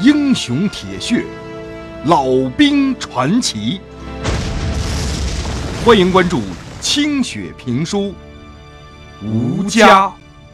英雄铁血，老兵传奇。欢迎关注清雪评书《吴家》。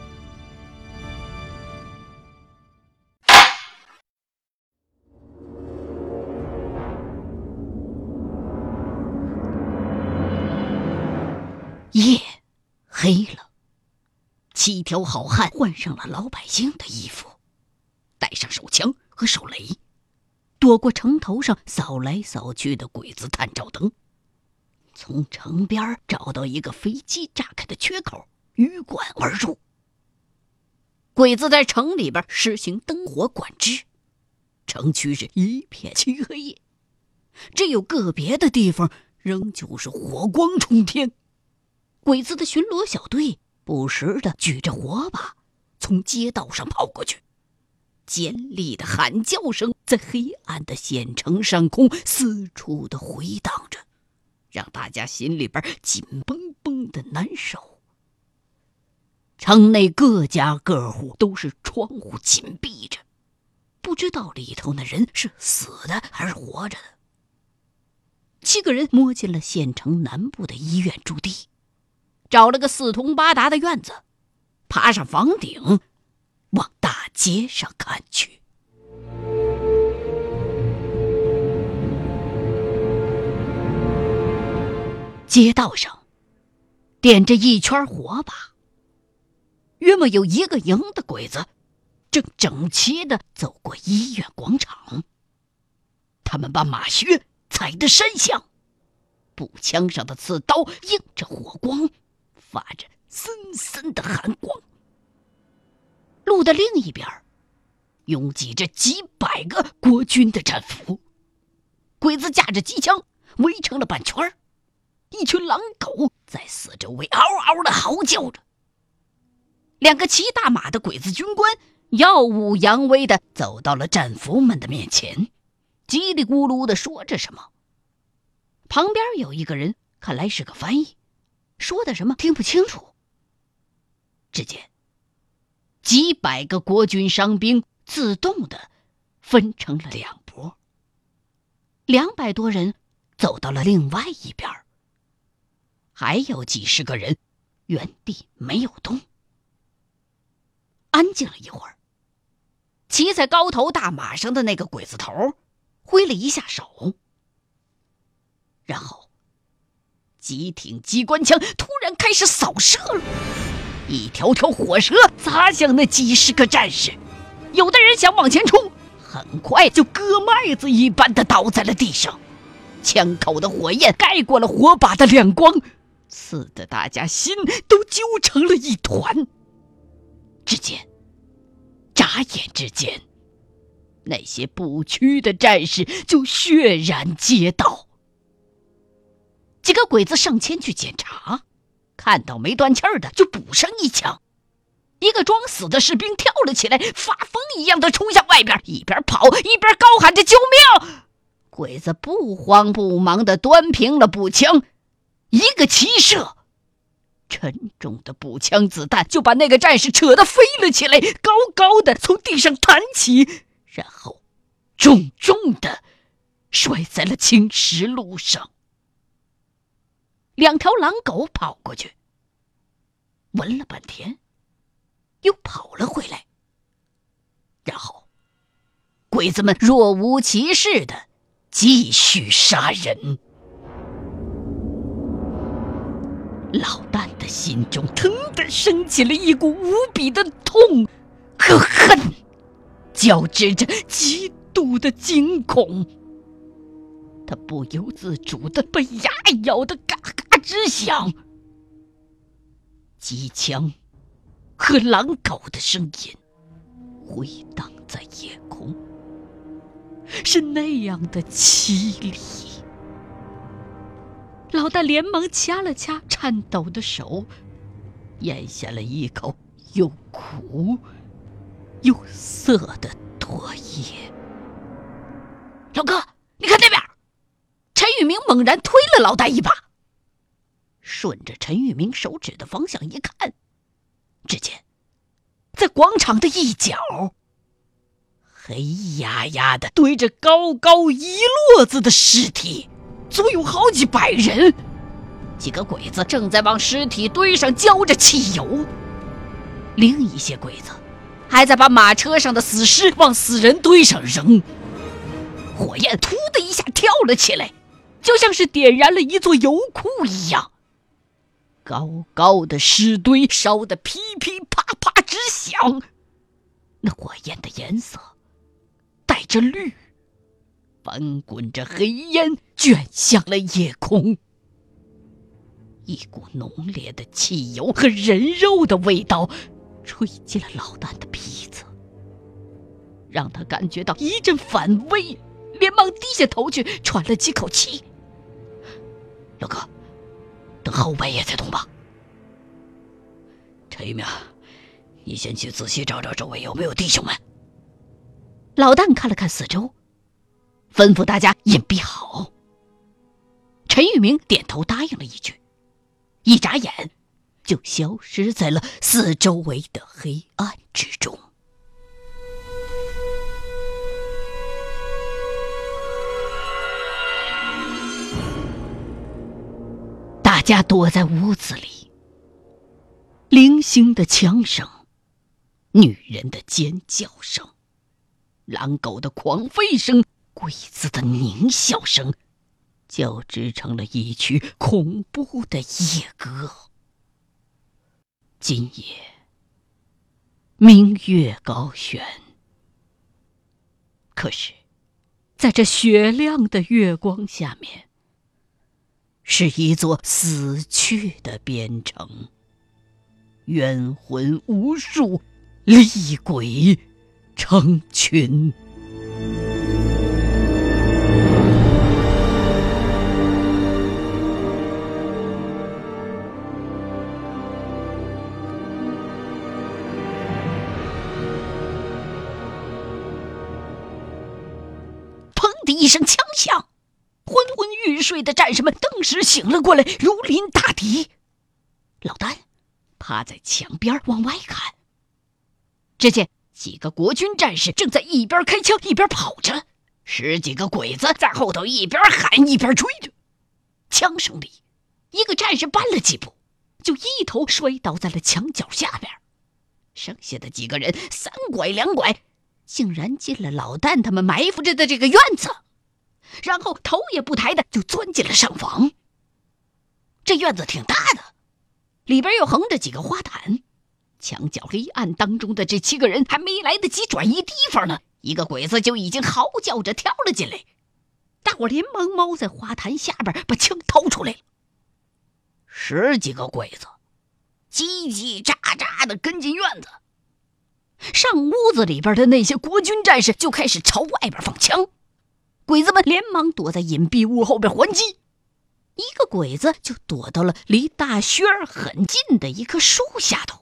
夜黑了，7条好汉换上了老百姓的衣服，带上手枪和手雷，躲过城头上扫来扫去的鬼子探照灯，从城边找到一个飞机炸开的缺口，鱼贯而入。鬼子在城里边实行灯火管制，城区是一片漆黑，只有个别的地方仍旧是火光冲天。鬼子的巡逻小队不时地举着火把从街道上跑过去，尖利的喊叫声在黑暗的县城上空四处地回荡着，让大家心里边紧绷绷的难受。城内各家各户都是窗户紧闭着，不知道里头的人是死的还是活着的。7个人摸进了县城南部的医院驻地，找了个四通八达的院子，爬上房顶，往大街上看去。街道上点着一圈火把，约莫有1个营的鬼子正整齐地走过医院广场。他们把马靴踩得山响，步枪上的刺刀映着火光，发着森森的寒光。路的另一边拥挤着几百个国军的战俘，鬼子架着机枪围成了半圈，一群狼狗在四周围嗷嗷地嚎叫着。2个骑大马的鬼子军官耀武扬威地走到了战俘们的面前，叽里咕噜地说着什么。旁边有一个人，看来是个翻译，说的什么听不清楚。只见几百个国军伤兵自动地分成了2拨，200多人走到了另外一边，还有几十个人原地没有动。安静了一会儿，骑在高头大马上的那个鬼子头挥了一下手，然后几挺机关枪突然开始扫射了，一条条火舌砸向那几十个战士。有的人想往前冲，很快就割麦子一般的倒在了地上。枪口的火焰盖过了火把的亮光，刺得大家心都揪成了一团。只见眨眼之间，那些不屈的战士就血染街道。几个鬼子上前去检查，看到没断气儿的就补上一枪。一个装死的士兵跳了起来，发疯一样的冲向外边，一边跑一边高喊着救命。鬼子不慌不忙地端平了步枪，一个齐射，沉重的步枪子弹就把那个战士扯得飞了起来，高高的从地上弹起，然后重重地摔在了青石路上。2条狼狗跑过去，闻了半天，又跑了回来。然后鬼子们若无其事地继续杀人。老旦的心中腾地升起了一股无比的痛和恨，交织着极度的惊恐。他不由自主地被牙咬得嘎嘎直响。机枪和狼狗的声音回荡在夜空，是那样的凄厉。老旦连忙掐了掐颤抖的手，咽下了一口又苦又涩的唾液。老哥，你看那边！陈玉明猛然推了老旦一把，顺着陈玉明手指的方向一看，只见在广场的一角， 黑压压的堆着高高一摞子的尸体，足有好几百人。几个鬼子正在往尸体堆上浇着汽油，另一些鬼子还在把马车上的死尸往死人堆上扔。火焰突的一下跳了起来，就像是点燃了一座油库一样。高高的尸堆烧得噼噼啪啪直响，那火焰的颜色带着绿，翻滚着黑烟，卷向了夜空。一股浓烈的汽油和人肉的味道吹进了老旦的鼻子，让他感觉到一阵反胃，连忙低下头去喘了几口气。老哥，等后半夜再动吧。陈一鸣，你先去仔细找找周围有没有弟兄们。老旦看了看四周，吩咐大家隐蔽好。陈玉明点头答应了一句，一眨眼就消失在了四周围的黑暗之中。大家躲在屋子里，零星的枪声，女人的尖叫声，狼狗的狂吠声，鬼子的狞笑声，交织成了一曲恐怖的夜歌。今夜明月高悬，可是在这雪亮的月光下面，是一座死去的边城，冤魂无数，厉鬼成群。砰的一声枪响，昏昏欲睡的战士们顿时醒了过来，如临大敌。老旦趴在墙边往外看，只见几个国军战士正在一边开枪一边跑着，10几个鬼子在后头一边喊一边追着。枪声里，一个战士绊了几步，就一头摔倒在了墙角下边。剩下的几个人3拐2拐，竟然进了老旦他们埋伏着的这个院子，然后头也不抬的就钻进了上房。这院子挺大的，里边又横着几个花坛，墙角黑暗当中的这7个人还没来得及转移地方呢，一个鬼子就已经嚎叫着跳了进来。大伙连忙猫在花坛下边把枪掏出来了。10几个鬼子叽叽喳喳的跟进院子，上屋子里边的那些国军战士就开始朝外边放枪，鬼子们连忙躲在隐蔽屋后边还击。一个鬼子就躲到了离大轩很近的一棵树下头。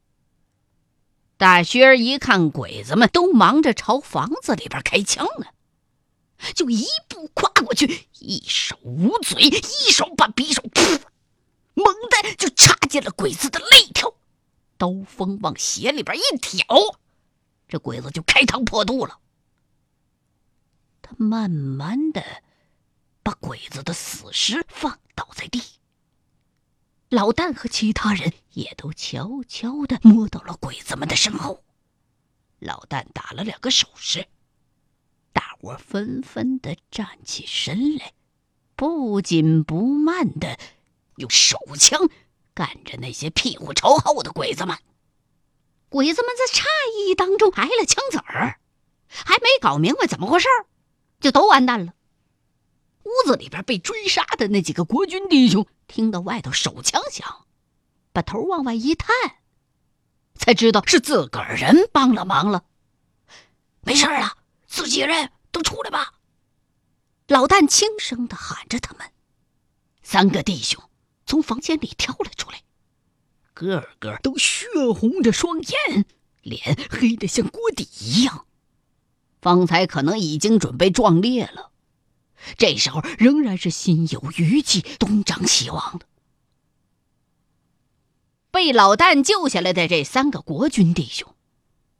大轩一看鬼子们都忙着朝房子里边开枪呢，就一步跨过去，一手捂嘴，一手把匕首猛地就插进了鬼子的肋条，刀锋往血里边一挑，这鬼子就开膛破肚了。他慢慢的把鬼子的死尸放倒在地，老旦和其他人也都悄悄地摸到了鬼子们的身后。老旦打了2个手势，大伙纷纷地站起身来，不紧不慢地用手枪干着那些屁股朝后的鬼子们。鬼子们在诧异当中挨了枪子儿，还没搞明白怎么回事，就都完蛋了。屋子里边被追杀的那几个国军弟兄听到外头手枪响，把头往外一探，才知道是自个儿人帮了忙了。没事了，自己人都出来吧。老旦轻声地喊着他们。3个弟兄从房间里跳了出来，个个都血红着双眼，脸黑得像锅底一样，方才可能已经准备壮烈了，这时候仍然是心有余悸，东张西望的。被老旦救下来的这3个国军弟兄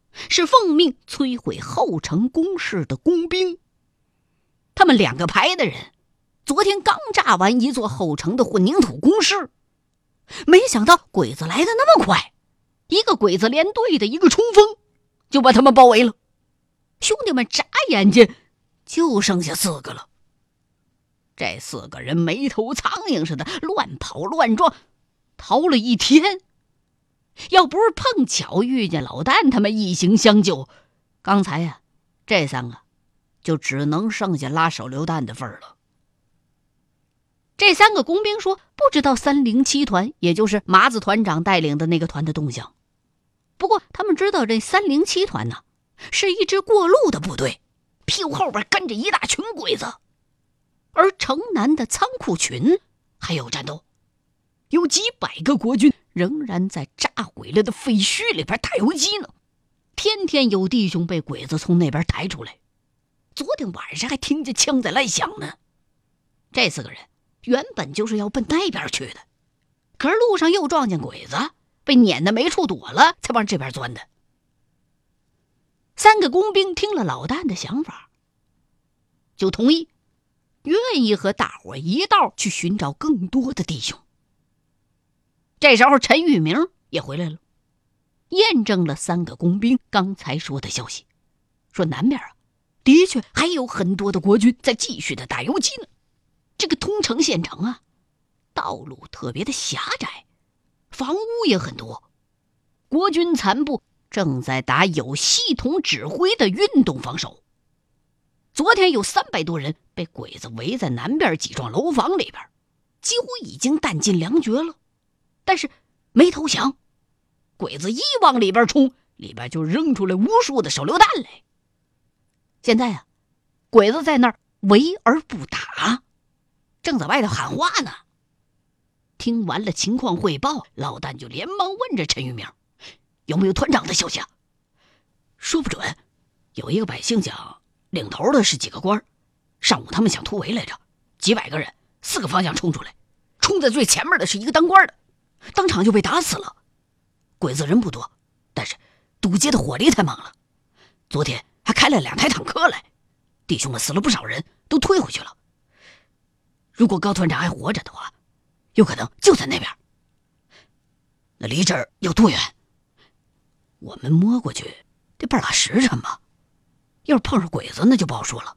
是奉命摧毁后城工事的工兵。他们2个排的人昨天刚炸完一座后城的混凝土工事，没想到鬼子来的那么快，一个鬼子连队的一个冲锋就把他们包围了。兄弟们眨眼间就剩下4个了。这4个人没头苍蝇似的乱跑乱撞，逃了一天。要不是碰巧遇见老旦他们一行相救，刚才呀，这3个就只能剩下拉手榴弹的份儿了。这3个工兵说不知道307团，也就是麻子团长带领的那个团的动向。不过他们知道这307团呢，是一支过路的部队，屁股后边跟着一大群鬼子。而城南的仓库群还有战斗，有几百个国军仍然在炸毁了的废墟里边打游击呢。天天有弟兄被鬼子从那边抬出来，昨天晚上还听见枪在乱响呢。这4个人原本就是要奔那边去的，可是路上又撞见鬼子，被撵得没处躲了，才往这边钻的。3个工兵听了老旦的想法，就同意愿意和大伙一道去寻找更多的弟兄。这时候陈玉明也回来了，验证了3个工兵刚才说的消息，说南边的确还有很多的国军在继续的打游击呢。这个通城县城啊，道路特别的狭窄，房屋也很多，国军残部正在打有系统指挥的运动防守。昨天有300多人被鬼子围在南边几幢楼房里边，几乎已经弹尽粮绝了，但是没投降。鬼子一往里边冲，里边就扔出来无数的手榴弹来。现在啊，鬼子在那儿围而不打，正在外头喊话呢。听完了情况汇报，老旦就连忙问着陈玉明，有没有团长的消息啊？说不准，有一个百姓讲领头的是几个官，上午他们想突围来着，几百个人4个方向冲出来，冲在最前面的是一个当官的，当场就被打死了。鬼子人不多，但是堵截的火力太猛了，昨天还开了2台坦克来，弟兄们死了不少人，都推回去了。如果高团长还活着的话，有可能就在那边。那离这儿有多远？我们摸过去得半拉时辰吧，要是碰上鬼子那就不好说了。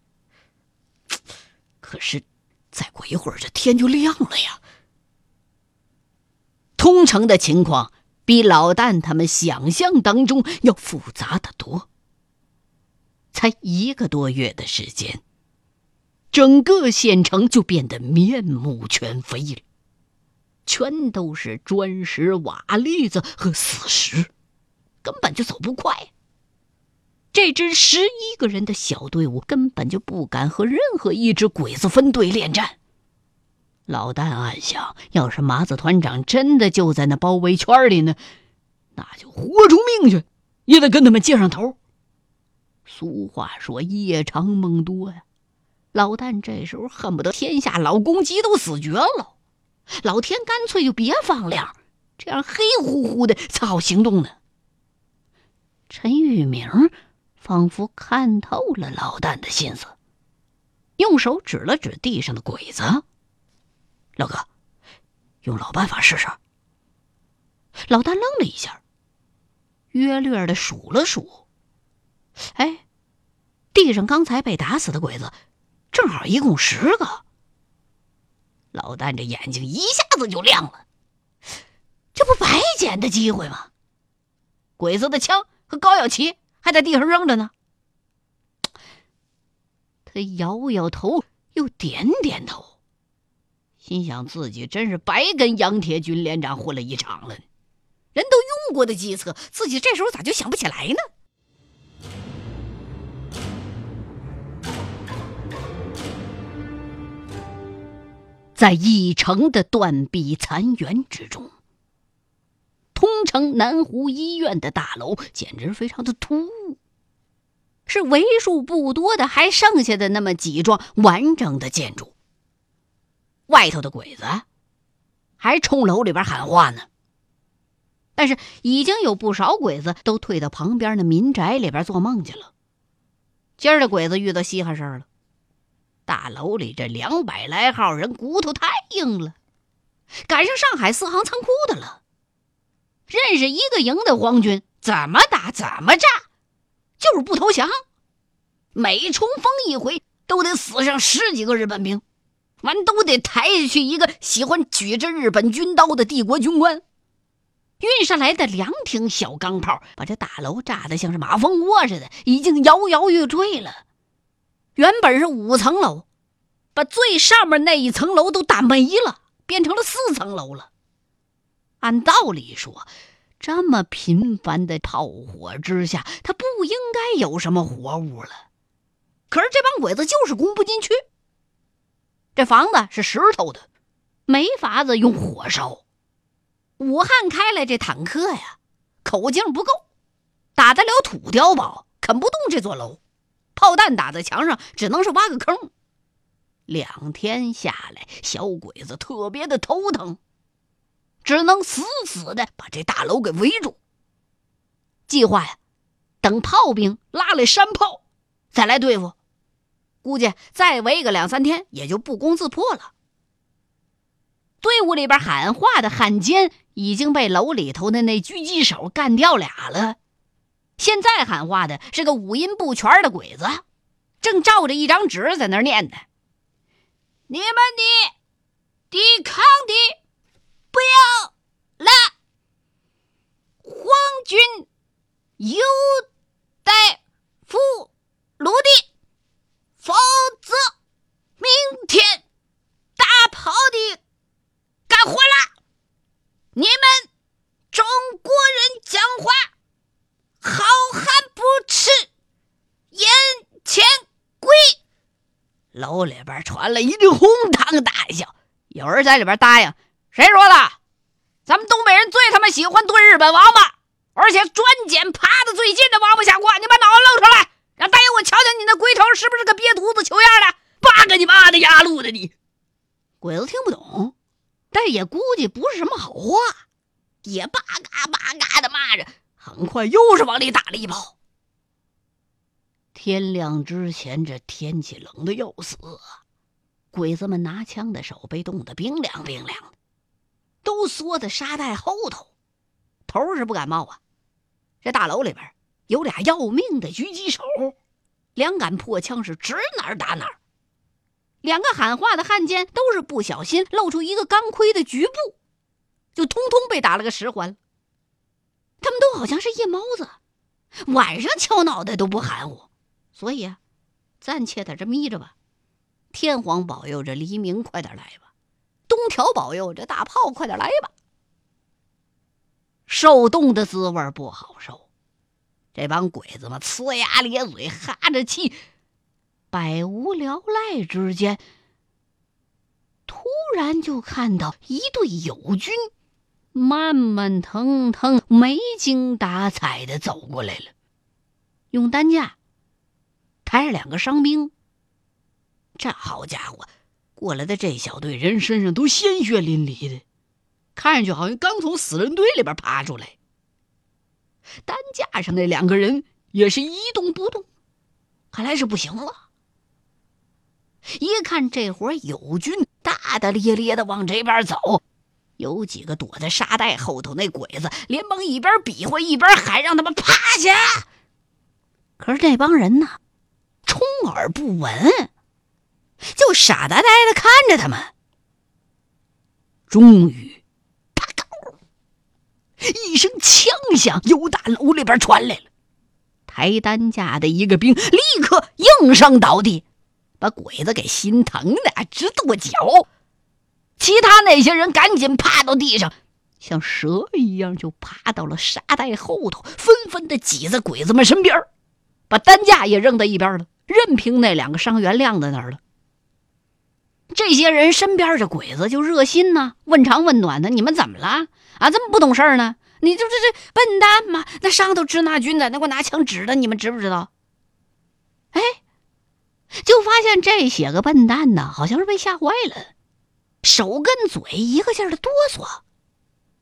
可是再过一会儿这天就亮了呀。通城的情况比老旦他们想象当中要复杂得多。才1个多月的时间，整个县城就变得面目全非了，全都是砖石瓦砾子和死石，根本就走不快。这支11个人的小队伍根本就不敢和任何一支鬼子分队恋战。老旦暗想，要是麻子团长真的就在那包围圈里呢，那就豁出命去也得跟他们接上头。俗话说夜长梦多呀，老旦这时候恨不得天下老公鸡都死绝了，老天干脆就别放亮，这样黑乎乎的才好行动呢。陈玉明仿佛看透了老旦的心思，用手指了指地上的鬼子，老哥，用老办法试试。老旦愣了一下，约略的数了数，哎，地上刚才被打死的鬼子正好一共10个。老旦这眼睛一下子就亮了，这不白捡的机会吗？鬼子的枪和高耀旗还在地上扔着呢。他摇摇头，又点点头，心想自己真是白跟杨铁军连长混了一场了，人都用过的计策，自己这时候咋就想不起来呢？在一城的断壁残垣之中，通城南湖医院的大楼简直非常的突兀，是为数不多的还剩下的那么几幢完整的建筑。外头的鬼子还冲楼里边喊话呢。 但是已经有不少鬼子都退到旁边的民宅里边做梦去了。今儿的鬼子遇到稀罕事儿了，大楼里这200来号人骨头太硬了，赶上上海4行仓库的了。认识一个营的皇军，怎么打怎么炸，就是不投降。每冲锋一回都得死上10几个日本兵，完都得抬下去一个喜欢举着日本军刀的帝国军官。运上来的2挺小钢炮把这大楼炸得像是马蜂窝似的，已经摇摇欲坠了。原本是5层楼，把最上面那1层楼都打没了，变成了4层楼了。按道理说，这么频繁的炮火之下，它不应该有什么活物了。可是这帮鬼子就是攻不进去。这房子是石头的，没法子用火烧。武汉开来这坦克呀，口径不够，打得了土碉堡，啃不动这座楼。炮弹打在墙上，只能是挖个坑。2天下来，小鬼子特别的头疼，只能死死的把这大楼给围住。计划呀，等炮兵拉来山炮再来对付，估计再围个2、3天也就不攻自破了。队伍里边喊话的汉奸已经被楼里头的那狙击手干掉俩了，现在喊话的是个五音不全的鬼子，正照着一张纸在那儿念呢：你们的抵抗的不要了，皇军有待俘虏的，否则明天大炮的干活了。你们中国人讲话好汉不吃眼前亏。楼里边传了一阵哄堂大笑，有人在里边答应：谁说的？咱们东北人最他妈喜欢炖日本王八，而且专捡爬得最近的王八下锅。你把脑袋露出来，让大爷我瞧瞧你那龟头是不是个瘪犊子球样的，八个你妈的压路的你。鬼子听不懂，但也估计不是什么好话，也吧嘎吧嘎的骂着，很快又是往里打了一炮。天亮之前，这天气冷得要死啊！鬼子们拿枪的手被冻得冰凉冰凉的，都缩在沙袋后头，头是不敢冒啊。这大楼里边有俩要命的狙击手，2杆破枪是指哪儿打哪儿。2个喊话的汉奸都是不小心露出一个钢盔的局部，就通通被打了个10环。他们都好像是夜猫子，晚上敲脑袋都不含糊。所以啊，暂且在这眯着吧，天皇保佑着黎明快点来吧，东条保佑着大炮快点来吧。受冻的滋味不好受，这帮鬼子们呲牙咧嘴哈着气，百无聊赖之间，突然就看到一队友军慢慢腾腾没精打采的走过来了，用担架抬着2个伤兵。这好家伙，过来的这小队人身上都鲜血淋漓的，看上去好像刚从死人堆里边爬出来。担架上那2个人也是一动不动，看来是不行了。一看这伙友军大大咧咧的往这边走，有几个躲在沙袋后头，那鬼子连忙一边比划一边喊让他们趴下。可是这帮人呢，充耳不闻，就傻呆呆的看着他们。终于啪嗒一声枪响由大楼里边传来了，抬担架的一个兵立刻应声倒地，把鬼子给心疼的直跺脚。其他那些人赶紧趴到地上，像蛇一样就爬到了沙袋后头，纷纷的挤在鬼子们身边，把担架也扔到一边了，任凭那2个伤员晾在那儿了。这些人身边这鬼子就热心呢，问长问短的：你们怎么了啊？这么不懂事呢？你就是这笨蛋嘛！那上头支那军的，那给我拿枪指的，你们知不知道？哎，就发现这些个笨蛋呢，好像是被吓坏了，手跟嘴一个劲儿的哆嗦。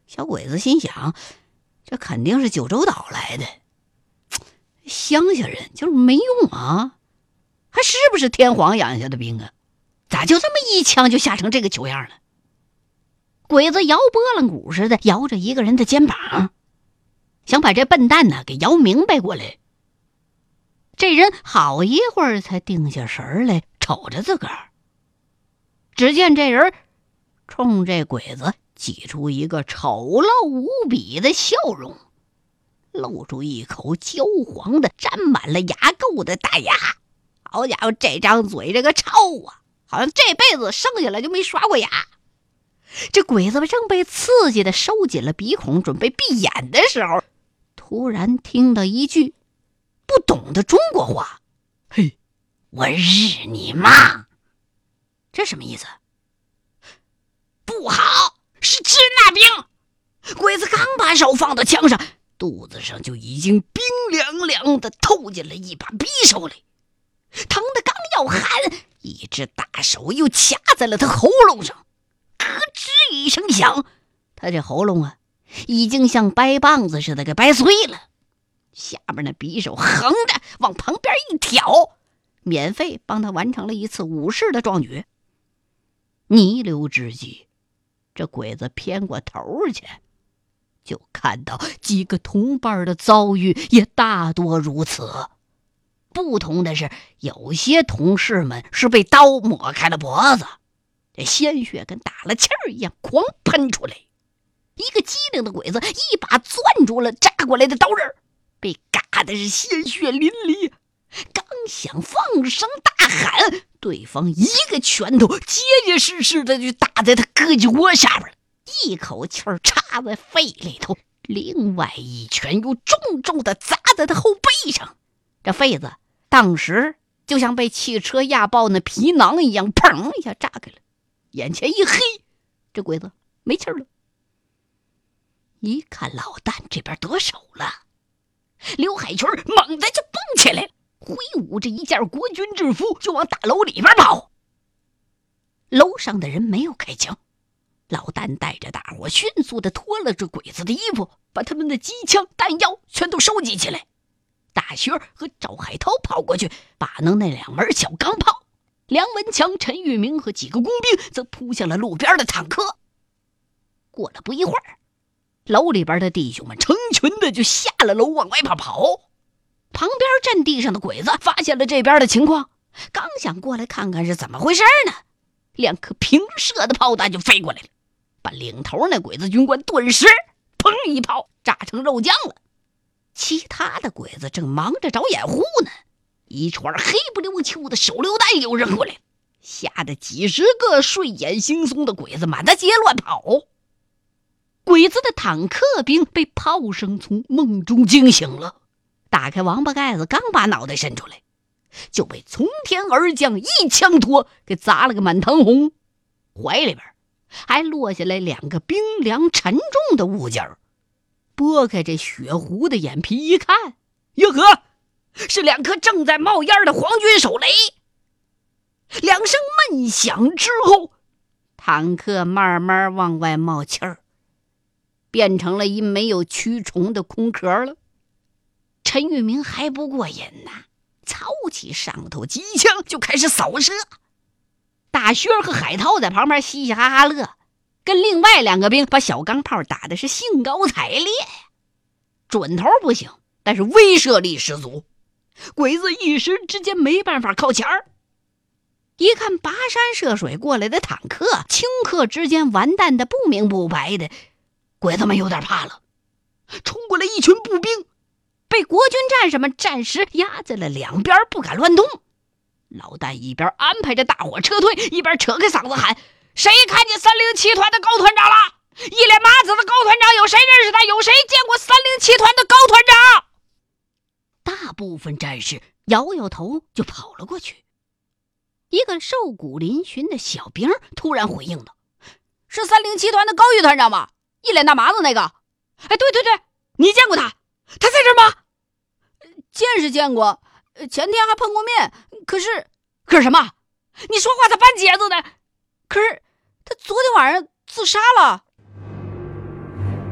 小鬼子心想，这肯定是九州岛来的，乡下人就是没用啊，还是不是天皇养下的兵啊？咋就这么一枪就吓成这个球样了？鬼子摇拨浪鼓似的摇着一个人的肩膀，想把这笨蛋呢给摇明白过来。这人好一会儿才定下神来，瞅着自个儿。只见这人冲这鬼子挤出一个丑陋无比的笑容，露出一口焦黄的沾满了牙垢的大牙。好家伙，这张嘴这个臭啊，好像这辈子生下来就没刷过牙。这鬼子正被刺激的收紧了鼻孔准备闭眼的时候，突然听到一句不懂的中国话：嘿，我日你妈！这什么意思？不好，是支那兵！鬼子刚把手放到枪上，肚子上就已经冰凉凉的透进了一把匕首里，疼得刚要喊，一只大手又掐在了他喉咙上，咯吱一声响，他这喉咙啊已经像掰棒子似的给掰碎了。下边那匕首横着往旁边一挑，免费帮他完成了一次武士的壮举。弥留之际，这鬼子偏过头去，就看到几个同伴的遭遇也大多如此。不同的是，有些同事们是被刀抹开了脖子，这鲜血跟打了气儿一样狂喷出来。一个机灵的鬼子一把攥住了扎过来的刀刃，被嘎的是鲜血淋漓，刚想放声大喊，对方一个拳头结结实实的就打在他胳肢窝下边，一口气儿插在肺里头，另外一拳又重重的砸在他后背上。这肺子当时就像被汽车压爆那皮囊一样，砰一下炸开了，眼前一黑，这鬼子没气儿了。一看老旦这边得手了，刘海群猛地就蹦起来了，挥舞着一件国军制服就往大楼里边跑。楼上的人没有开枪，老旦带着大伙迅速地脱了这鬼子的衣服，把他们的机枪弹药全都收集起来。大薛和赵海涛跑过去把弄那2门小钢炮，梁文强、陈玉明和几个工兵则扑向了路边的坦克。过了不一会儿，楼里边的弟兄们成群的就下了楼往外跑。旁边阵地上的鬼子发现了这边的情况，刚想过来看看是怎么回事呢，2颗平射的炮弹就飞过来了，把领头那鬼子军官顿时砰一炮炸成肉酱了。其他的鬼子正忙着找掩护呢，一串黑不溜秋的手榴弹又扔过来了，吓得几十个睡眼惺忪的鬼子满大街乱跑。鬼子的坦克兵被炮声从梦中惊醒了，打开王八盖子，刚把脑袋伸出来，就被从天而降一枪托给砸了个满堂红，怀里边还落下来2个冰凉沉重的物件。拨开这血糊的眼皮一看，哟呵，是2颗正在冒烟的皇军手雷。2声闷响之后，坦克慢慢往外冒气儿，变成了一没有蛆虫的空壳了。陈玉明还不过瘾呐，操起上头机枪就开始扫射。大薛和海涛在旁边嘻嘻哈哈乐，跟另外2个兵把小钢炮打的是兴高采烈，准头不行，但是威慑力十足。鬼子一时之间没办法靠前儿。一看跋山涉水过来的坦克，顷刻之间完蛋的不明不白的，鬼子们有点怕了。冲过来一群步兵，被国军战士们暂时压在了两边，不敢乱动。老旦一边安排着大伙撤退，一边扯开嗓子喊：谁看见307团的高团长了？一脸麻子的高团长，有谁认识他？有谁见过307团的高团长？大部分战士摇摇头就跑了过去。一个瘦骨嶙峋的小兵突然回应道：是307团的高玉团长吗？一脸大麻子那个。哎，对对对，你见过他？他在这儿吗？见是见过，前天还碰过面，可是什么？你说话咋半截子呢？可是他昨天晚上自杀了。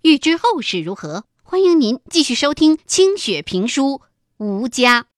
欲知后事如何，欢迎您继续收听清雪评书《吴家》。